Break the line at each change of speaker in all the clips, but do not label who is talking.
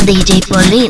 DJ Paulín.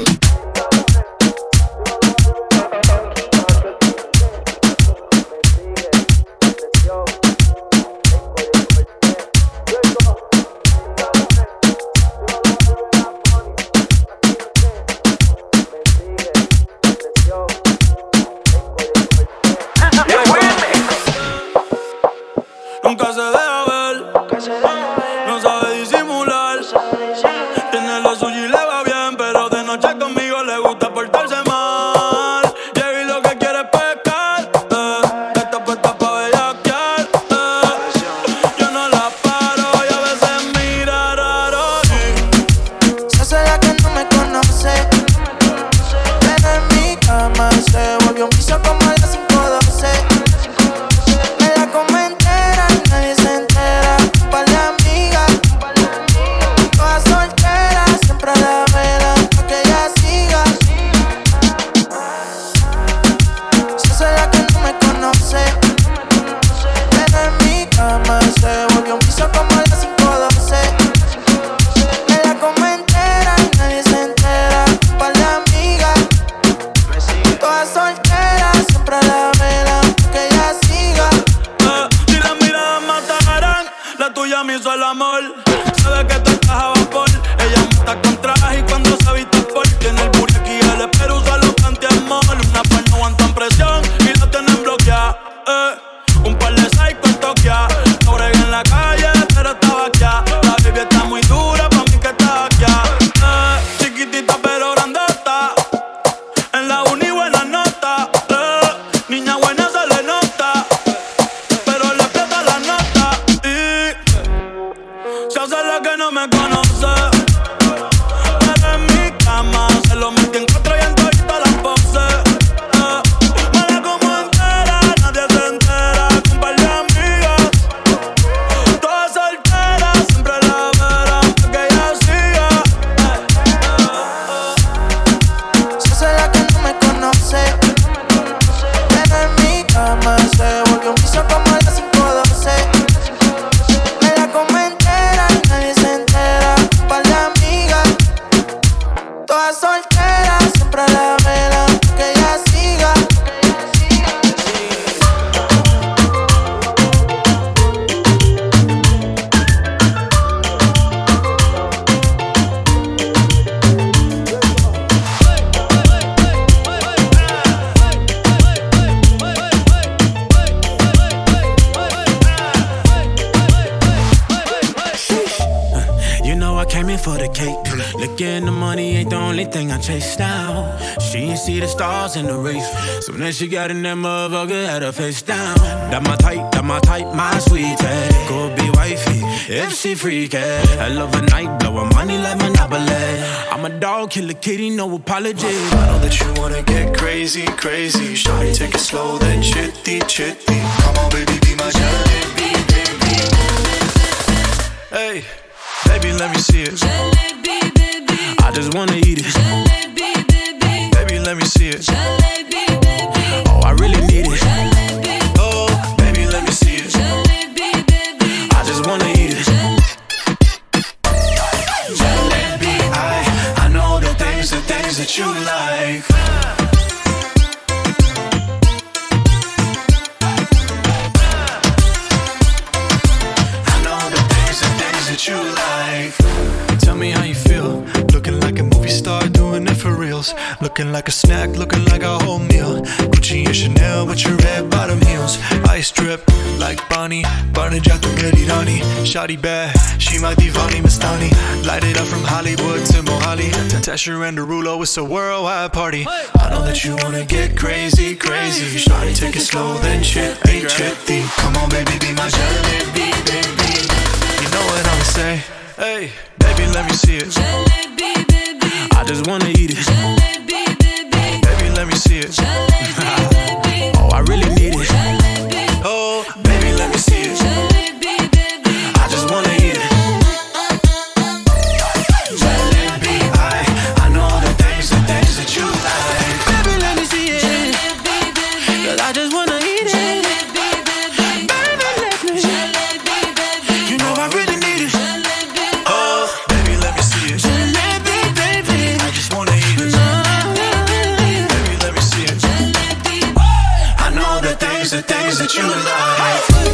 Nunca se deja ver, no sabe disimular. Tiene lo suyo y le va bien, pero de noche conmigo le gusta portarse mal. Llega y lo que quiere es pescar, está puesta pa' bellaquear, yo no la paro y a veces mira raro.
Se hace la que no me conoce, pero en mi cama se volvió un piso como a las 5:12. Me la come entera y nadie se entera. Un par de amigas, todas solteras, siempre la velan pa' que ella siga. Se hace la que no me conoce, pero en mi cama se volvió un piso como a las 5:12. Me la come entera y nadie se entera. Un par de amigas, todas solteras, siempre la velan pa' que ella siga.
Si las miradas matarán, la tuya me hizo el amor. Sabe que tú estás a vapor, ella monta con traje y cuando se viste por tiene el booty aquí, el espero usa los anti-amor. Una pues no aguantan presión y la tienen bloqueada. Un par de psycho en Tokia, no bregué en la calle, pero estaba aquí. La baby está muy dura, pa' mí que está aquí. Chiquitita pero grandota, en la uni buena nota. Niña buena se le nota, pero le aprieta la nota y se hace la que no me conoce. Pero en mi cama se lo metí en 4 y en todas las poses. Me la como entera, nadie se entera. Con un par de amigas, todas solteras, siempre la verán pa' que ella siga.
Se hace la que no me conoce, pero en mi cama se volvió un piso como a las 5:12. Me la come entera y nadie se entera. Un par de amigas, todas solteras, siempre la velan pa' que ella siga.
You know I came in for the cake. Looking the money ain't the only thing I chase now. She ain't see the stars in the race. Soon as she got in that motherfucker, had her face down. That my type, my sweetie. Could be wifey if she freaky. I love a night, blowin' money like Monopoly. I'm a dog, kill a kitty, no apology.
I know that you wanna get crazy, crazy. Shawty, take it slow, then chitty, chitty. Come on, baby, be my jalebi, baby. Hey, baby, let me see it.
Jalebi, baby.
I just wanna eat it.
Jalebi, baby.
Baby, let me see it.
Jalebi, baby.
Oh, I really need it.
Jalebi,
Oh, baby, let me see it.
jalebi, baby.
I just wanna eat it.
Jalebi, I know the things that you like. I know the things that you like. Tell me how you feel. Looking like a movie star, doing it for reals. Looking like a snack, looking like a whole meal. Gucci and Chanel with your red bottom heels. Ice drip like Bonnie, Barney Jato Merirani. Shawty bad, she my divani Mastani. Light it up from Hollywood to Mohali. Tesher and Derulo, it's a worldwide party. I know that you wanna get crazy, crazy. Shawty, take it slow, then chitty, chitty. Come on, baby, be my jalebi, baby. You know what I'ma say? Hey, baby, let me see it.
Jalebi, baby.
I just wanna eat it.
Jalebi, baby.
Baby, let me see it.
Jalebi, baby.
Oh, I really need it.
Jalebi,
Oh, baby, let me see it.
jalebi, baby.
I just wanna eat it.
Jalebi, I know the things that you like.
Baby, let me see it.
Jalebi, baby.
'Cause I just wanna eat it.
Jalebi, baby.
Baby, let me.
Jalebi, baby.
You know I really need it.
Jalebi,
Oh, baby, let me see it.
Jalebi, baby.
that you like.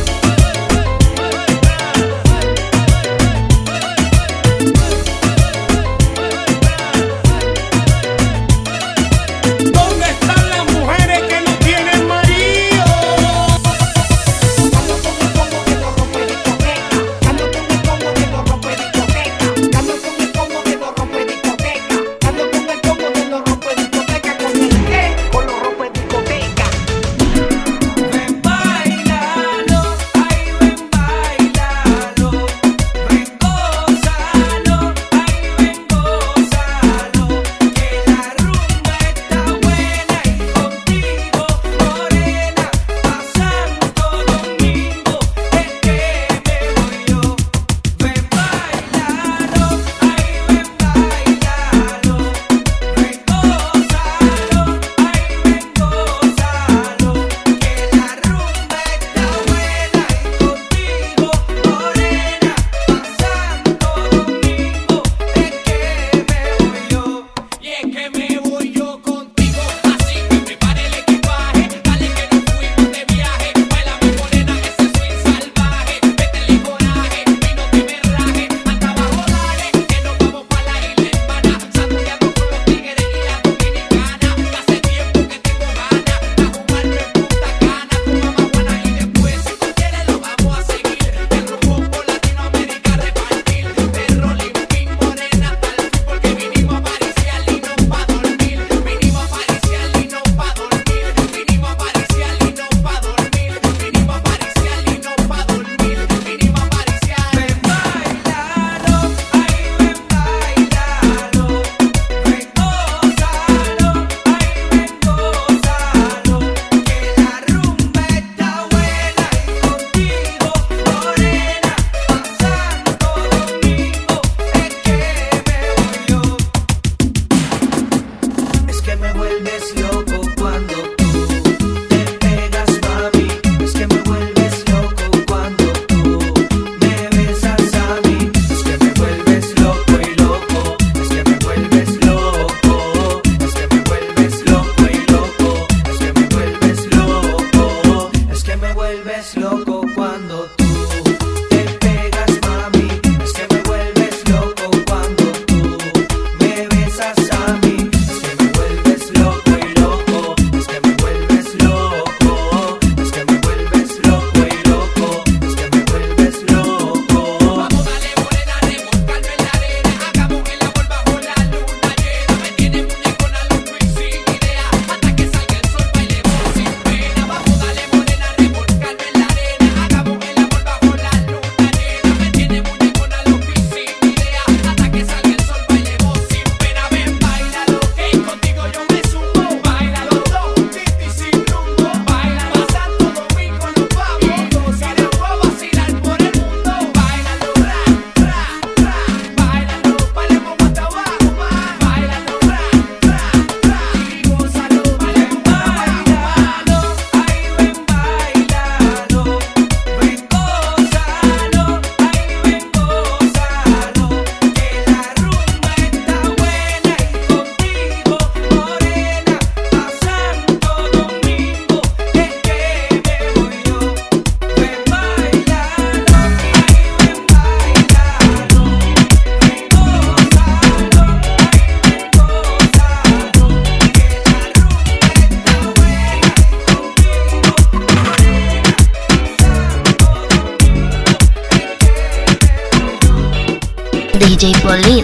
DJ Polín.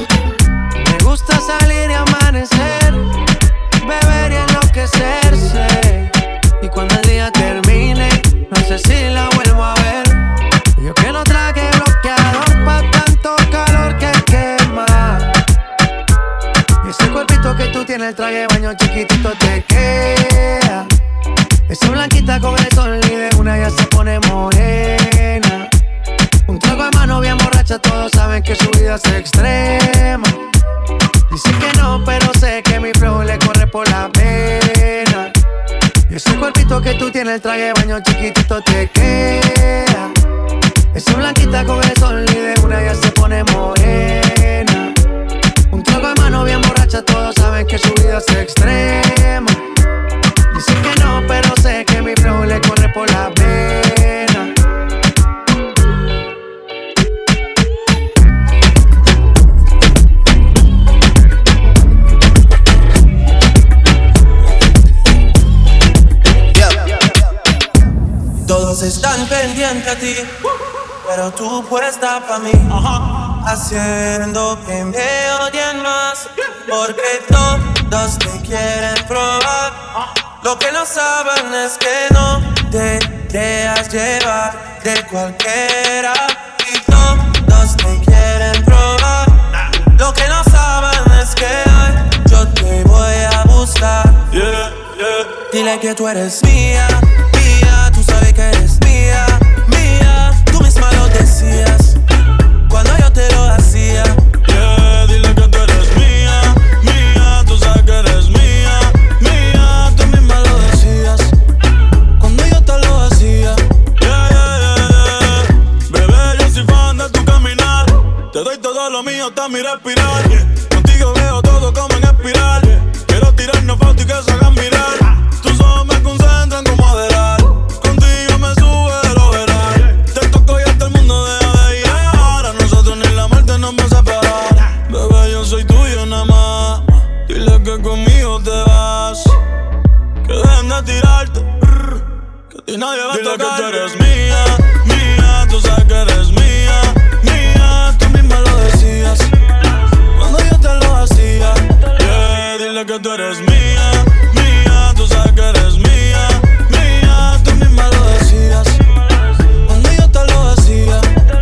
Me gusta salir y amanecer, beber y enloquecerse. Y cuando el día termine, no sé si la vuelvo a ver. Yo que no traje bloqueador pa' tanto calor que quema. Y ese cuerpito que tú tienes, el traje de baño chiquitito te queda. Esa blanquita con el sol y de una ya se pone morena. Un trago de mano bien borracha, todos saben que su vida es extrema. Dice que no, pero sé que mi flow le corre por la pena. Y ese cuerpito que tú tienes, el traje de baño chiquitito te queda. Esa blanquita con el sol y de una ya se pone morena. Un trago de mano bien borracha, todos saben que su vida es extrema. Dice que no, pero sé que mi flow le corre por la pena. frente a ti, pero tú puesta pa' mí, haciendo que me odien más, porque todos te quieren probar. Lo que no saben es que no te dejas llevar de cualquiera, y todos te quieren probar. Lo que no saben es que hoy yo te voy a buscar. Dile que tú eres mía, mía, tú sabes que eres mía, mía. Tú misma lo decías cuando yo te lo hacía.
Dile que tú eres mía, mía, tú sabes que eres mía, mía. Tú misma lo decías cuando yo te lo hacía. Bebé, yo soy fan de tu caminar. Te doy todo lo mío hasta mi respirar. Contigo veo todo como en espiral. Quiero tirarnos fotos y que se hagan mirar. Tus ojos me concentran como adelar. Contigo me sube lo veral. Te toco y hasta el mundo deja de llegar. A nosotros ni la muerte nos va a separar. Bebé, yo soy tuyo nada más. Dile que conmigo te vas. Que dejen de tirarte. Que a ti nadie va a tocar. Dile que tú eres mía, mía. Tú sabes que eres mía, mía. Tú misma lo decías cuando yo te lo hacía. Dile que tú eres mía, mía. Tú sabes que eres mía, mía. Tú misma lo decías cuando yo te lo hacía.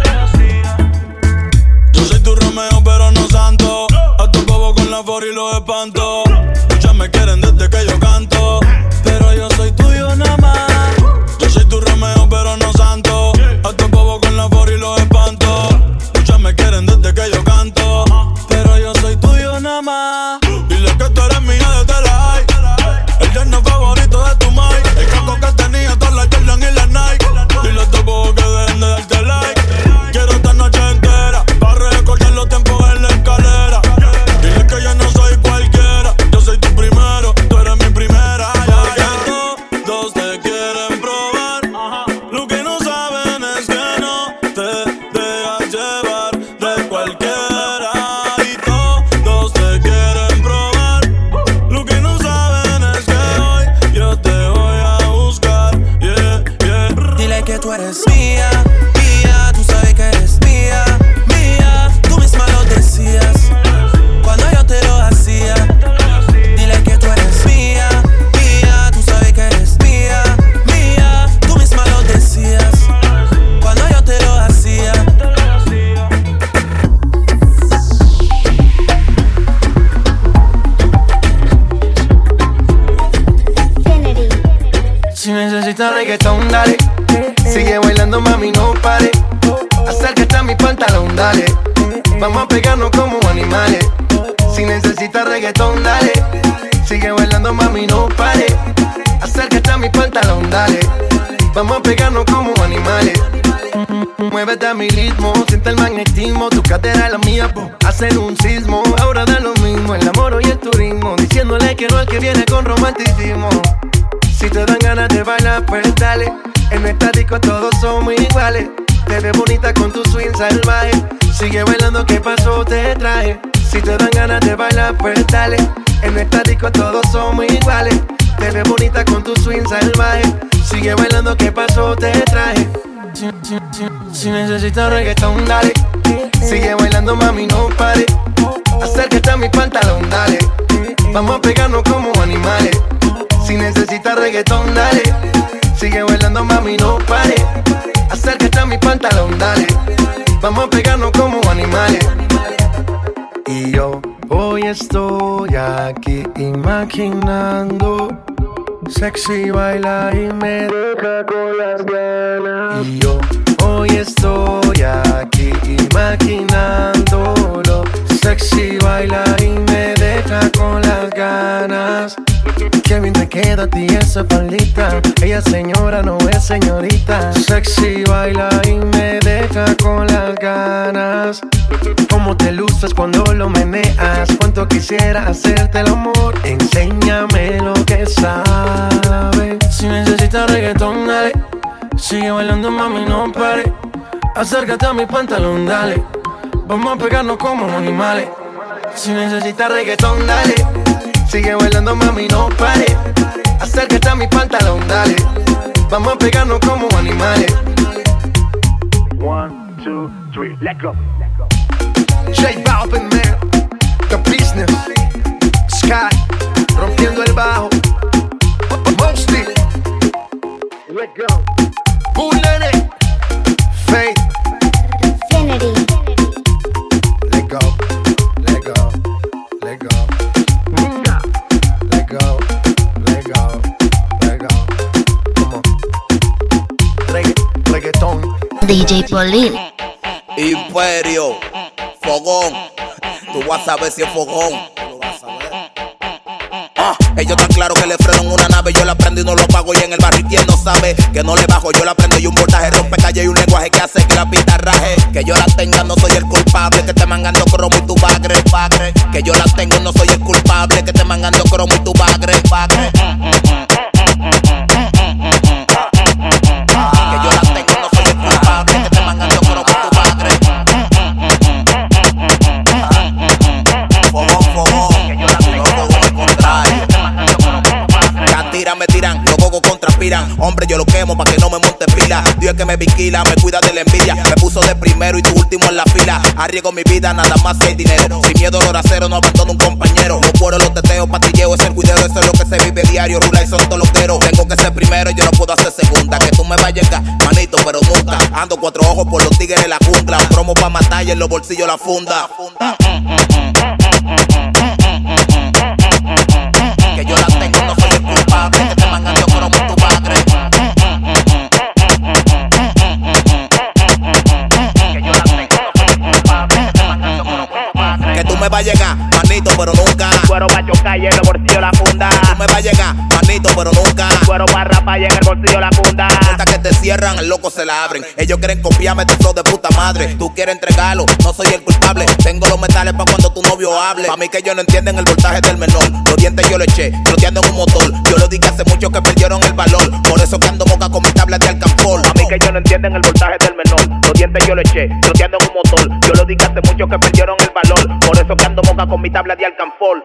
Yo soy tu Romeo pero no santo. A tu bobo con la for y los espanto. Muchas me quieren desde que yo canto, pero yo soy tuyo nada más. Yo soy tu Romeo pero no santo. A tu bobo con la for y los espanto. Muchas me quieren desde que yo canto, pero yo soy tuyo nada más. Dile que tú eres mía desde la high. El yerno favorito de tu mai. El caco que tenía todas las Jordan y las Nike. Dile a tu bobo que dejen de darte like. Quiero esta noche entera para recordar los tiempos en la escalera. Dile que yo no soy cualquiera. Yo soy tu primero, tú eres mi primera. Porque todos te quieren probar. Lo que no saben es que no te dejas llevar de cualquiera. Y todos te quieren probar. Lo que no saben es que hoy yo te voy a buscar.
Dile que tú eres mía, mía. Tú sabes que eres mía, mía. Tú misma lo decías cuando yo te lo hacía. Dile que tú eres mía, mía. Tú sabes que eres mía, mía. Tú misma lo decías cuando yo te lo hacía.
Kennedy.
Si necesitas reggaetón, dale. Sigue bailando, mami, no pare. Acércate a mi pantalón, dale. Vamos a pegarnos como animales. Si necesitas reggaetón, dale. Sigue bailando, mami, no pare. Acércate a mi pantalón, dale. Vamos a pegarnos como animales. Muévete a mi ritmo, siente el magnetismo. Tu cadera es la mía, hacen un sismo. Ahora da lo mismo, el amor y el turismo. Diciéndole que no al que viene con romanticismo. Si te dan ganas de bailar, pues dale. En nuestra disco todos somos iguales. Te ves bonita con tu swing salvaje. Sigue bailando, ¿qué pasó? Te traje. Si te dan ganas de bailar, pues dale. En nuestra disco todos somos iguales. Te ves bonita con tu swing salvaje. Sigue bailando, ¿qué pasó? Te traje. Si necesitas reggaetón, dale. Sigue bailando, mami, no pare. Acércate a mi pantalón, dale. Vamos a pegarnos como animales. Si necesitas reggaetón, dale. Sigue bailando, mami, no pare. Acércate a mi pantalón, dale. Vamos a pegarnos como animales. Y yo hoy estoy aquí imaginando. Sexy baila y me deja con las ganas. Y yo hoy estoy aquí imaginándolo. Sexy baila y me deja con las ganas. Qué bien te queda a ti esa faldita. Ella señora, no es señorita. Sexy baila y me deja con las ganas. Cómo te luces cuando lo meneas. Cuánto quisiera hacerte el amor. Enséñame lo que sabes. Si necesitas reggaetón, dale. Sigue bailando, mami, no pare. Acércate a mi pantalón, dale. Vamos a pegarnos como animales. Si necesitas reggaetón, dale. Sigue bailando, mami, no pare. Acércate a mi pantalón, dale. Vamos a pegarnos como animales. 1, 2, 3, let go. J Balvin, man, The Business, Sky, rompiendo el bajo, Mosty, let go. Bullet, Faith,
Infinity.
let go, let go, let go, let go, let go, let go. Come on, reggaeton.
DJ Paulín.
Imperio, fogón. Tú vas a saber si es fogón. Ellos tan claro que le frenan una nave. Yo la prendo y no lo pago. Y en el barrio quien no sabe que no le bajo. Yo la prendo y un voltaje rompe calle y un lenguaje que hace que la pista raje. Que yo la tenga no soy el culpable. Que te mangando cromo y tu bagre. Que yo la tengo no soy el culpable. Que te mangando cromo y tu bagre. Que yo la tengo no soy el culpable. Que te mangando cromo y tu bagre. Fogón. Que yo la tengo no soy el contrario. Me tiran, los gogos contraspiran. Hombre, yo lo quemo pa' que no me monte pila. Dios es que me vigila, me cuida de la envidia. Me puso de primero y tu último en la fila. Arriesgo mi vida, nada más si hay dinero. Sin miedo, loracero, no abandono un compañero. No puedo los teteos, patilleo, es el cuidero. Eso es lo que se vive diario, rula y son toloqueros. Tengo que ser primero y yo no puedo hacer segunda. Que tú me vas a llegar, manito, pero nunca. Ando 4 ojos por los tigres de la jungla. Un promo pa' matar y en los bolsillos la funda. Que yo la tengo, no soy el culpable. Que te mangan yo cromo tu padre. Que yo la tengo, no soy el culpable. Que te mangan yo cromo tu padre. Que tú me vas a llegar, manito, pero nunca. Cuero pa' chocar y en el bolsillo la funda. Tú me vas a llegar, manito, pero nunca. Cuero pa' rapar y en el bolsillo la funda. Puertas que te cierran, el loco se la abren. Ellos quieren copiarme este flow de puta madre. Tú quieres entregarlo, no soy el culpable. Tengo los metales pa' cuando tu novio hable. Pa' mí que ellos no entienden el voltaje del menor. Los dientes yo le eché, troteando en un motor. Yo lo dije hace mucho que perdieron el valor. Por eso que ando moca con mi tabla de alcanfor. Pa' mí que ellos no entienden el voltaje del menor. Los dientes yo le eché, troteando en un motor. Yo lo dije hace mucho que perdieron el valor. Por eso que ando moca con mi tabla de alcanfor.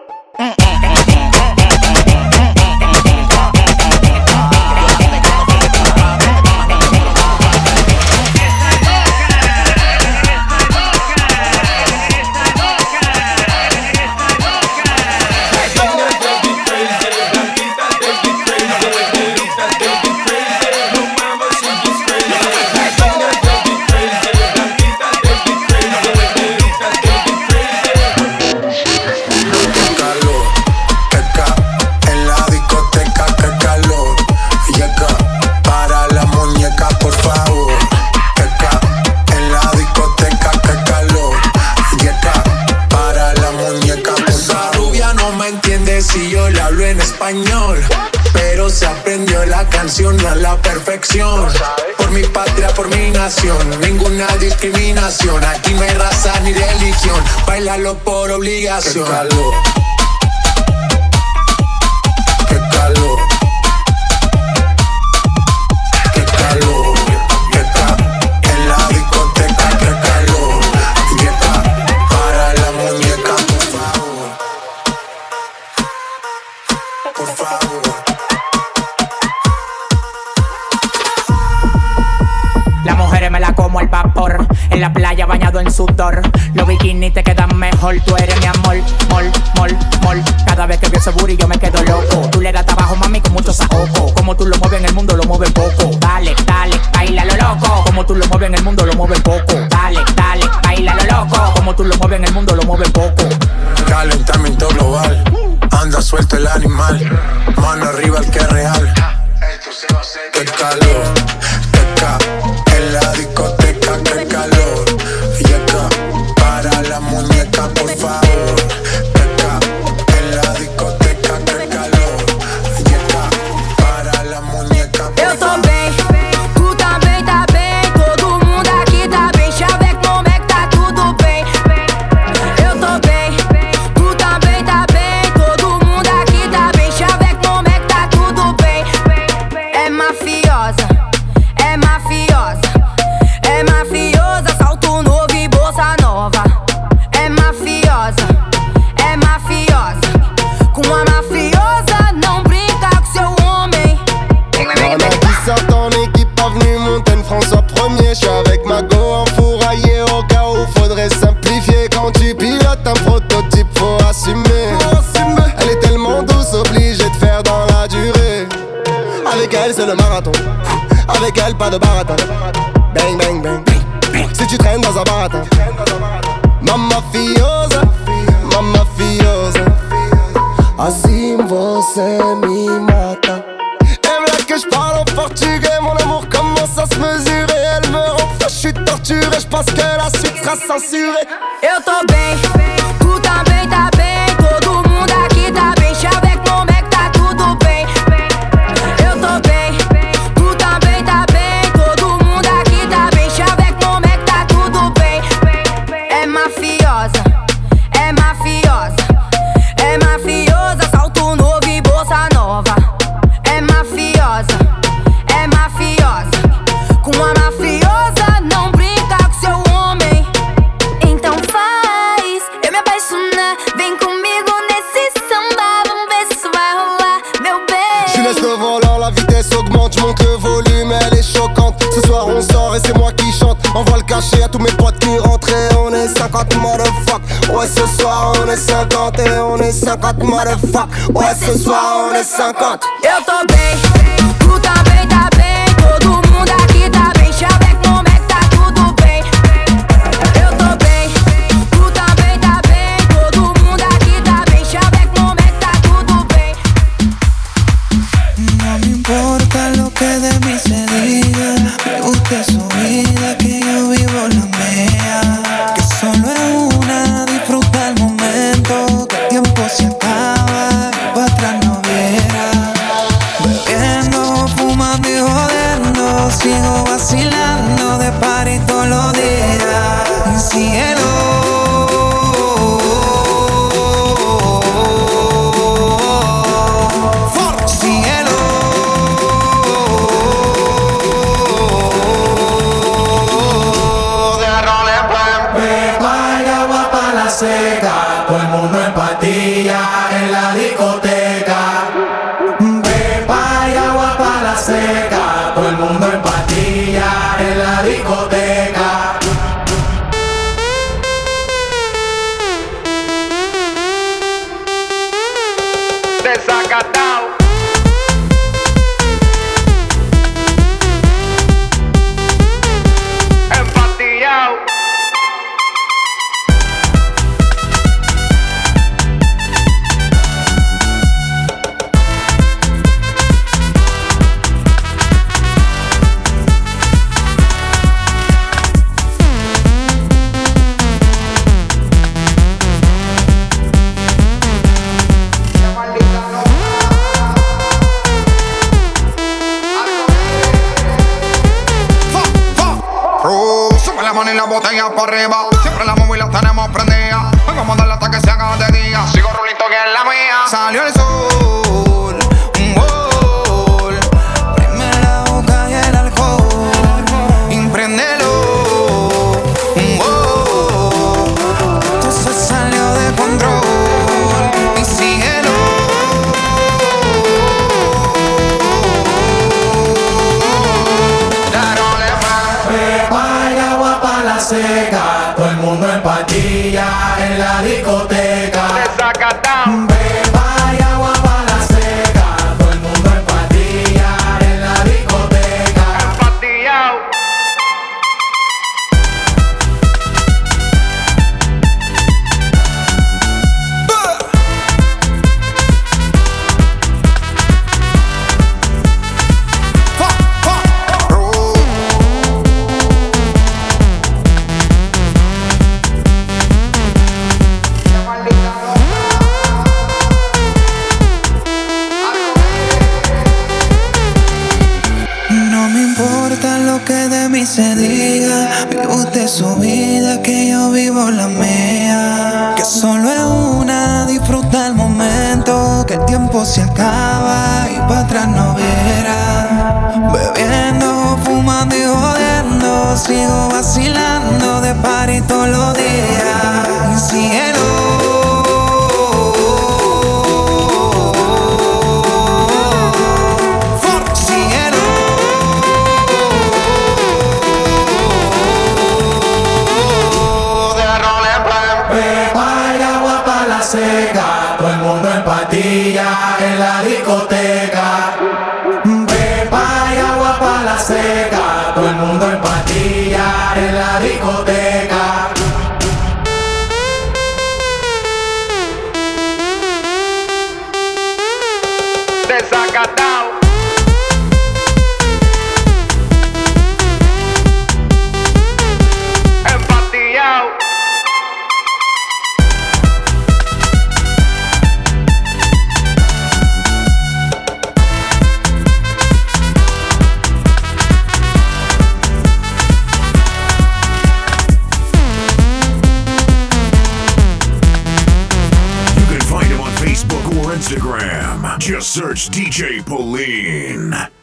Pero se aprendió la canción a la perfección. Por mi patria, por mi nación, ninguna discriminación. Aquí no hay raza ni religión, bailalo por obligación. Qué calor, qué calor, qué calor, qué calor. En la discoteca, qué calor. Llega para la muñeca, por favor. Por favor.
Las mujeres me la como al vapor. En la playa bañado en sudor. Los bikinis te quedan mejor. Tú eres mi amor, mol. Cada vez que veo ese booty yo me quedo loco. Tú le das trabajo, mami, con mucho saoco. Como tú lo mueves en el mundo, lo mueves poco. Dale, baila lo loco. Como tú lo mueves en el mundo, lo mueves poco. Dale, baila lo loco. Como tú lo mueves en el mundo, lo mueves poco.
Calentamiento global. Anda suelto el animal. Mano arriba el que es real. Qué calor, en la discoteca, qué calor. Llega para la muñeca, por favor. En la discoteca, qué calor. Llega para la muñeca, por favor.
Eu tô bem, tu também tá bem. Todo mundo aqui tá bem. Chaveco no Mac, tá tudo bem. Eu tô bem, tu também tá bem. Todo mundo aqui tá bem. Chaveco
simplifié. Quand tu pilotes un prototype, faut assumer. Elle est tellement douce, obligée de faire dans la durée. Avec elle c'est le marathon, avec elle pas de baratin. Bang bang bang, si tu traînes dans un baratin. Mamma fiosa, mamma fiosa. Assim você me mata. Elle veut que je parle en portugais. Mon amour commence à se mesurer. Elle me rend fou, je suis torturé. Je pense que la suite sera censurée.
Eu tô bem, tu também tá bem. Todo mundo aqui tá bem. Chaveco no Mac, tá tudo bem. Eu tô bem, tu também tá bem. Todo mundo aqui tá bem. Chaveco no Mac, tá tudo bem. É mafiosa, é mafiosa. É mafiosa, salto novo e bolsa nova. É mafiosa, é mafiosa. Com a mafiosa não brinca com seu homem. Então faz eu me apaixonar. Vem comigo nesse samba. Vamos ver se isso vai rolar, meu bem.
Je laisse le volant, la vitesse augmente. Je monte le volume, elle est choquante. Ce soir on sort et c'est moi qui chante. Envoie le cachet à tous mes potes qui rentrent. Et on est 50 motherfuck. Ouais ce soir on est 50 et on est 50 motherfuck. Ouais ce soir on est 50.
Eu tô bem, tu também tá bem. Todo mundo aqui tá bem. Chaveco no Mac, tá tudo bem. Eu tô bem, tu também tá bem. Todo mundo aqui tá bem. Chaveco no Mac, tá tudo bem.
No me importa lo que de mí se diga. Me gusta su vida, que yo vivo la mía. Que solo es una, disfruta el momento. Que el tiempo se acaba y para atrás no viera. Bebiendo, fumando y jodiendo. Sigo vacilando de party todos los días. Cielo.
Seca, todo el mundo en patilla en la discoteca. Pepa y agua pa' la seca, todo el mundo en patilla en la discoteca.
Desacatao. Empatillao.
Y la botella para arriba, siempre la móvil la tenemos prendida. Hoy vamos a darle hasta que se haga de día. Sigo rulito que es la mía. Salió el sol, un gol. Primera boca y el alcohol. Impréndelo, un gol. Esto se salió de control. Y síguelo.
Seca, todo el mundo en patilla en la discoteca.
Desacatao.
Pepa y agua pa' la seca, todo el mundo en patilla en la discoteca.
Empatillao.
Se diga, vive usted su vida, que yo vivo la mía. Que solo es una, disfruta el momento. Que el tiempo se acaba y para atrás no verá. Bebiendo, fumando y jodiendo. Sigo vacilando de party todos los días. Cielo.
patilla en la discoteca. Pepa y agua pa' la seca. Todo el mundo en patilla en la discoteca.
Desacatao. Empatillao.
Facebook or Instagram. Just search DJ Pauline.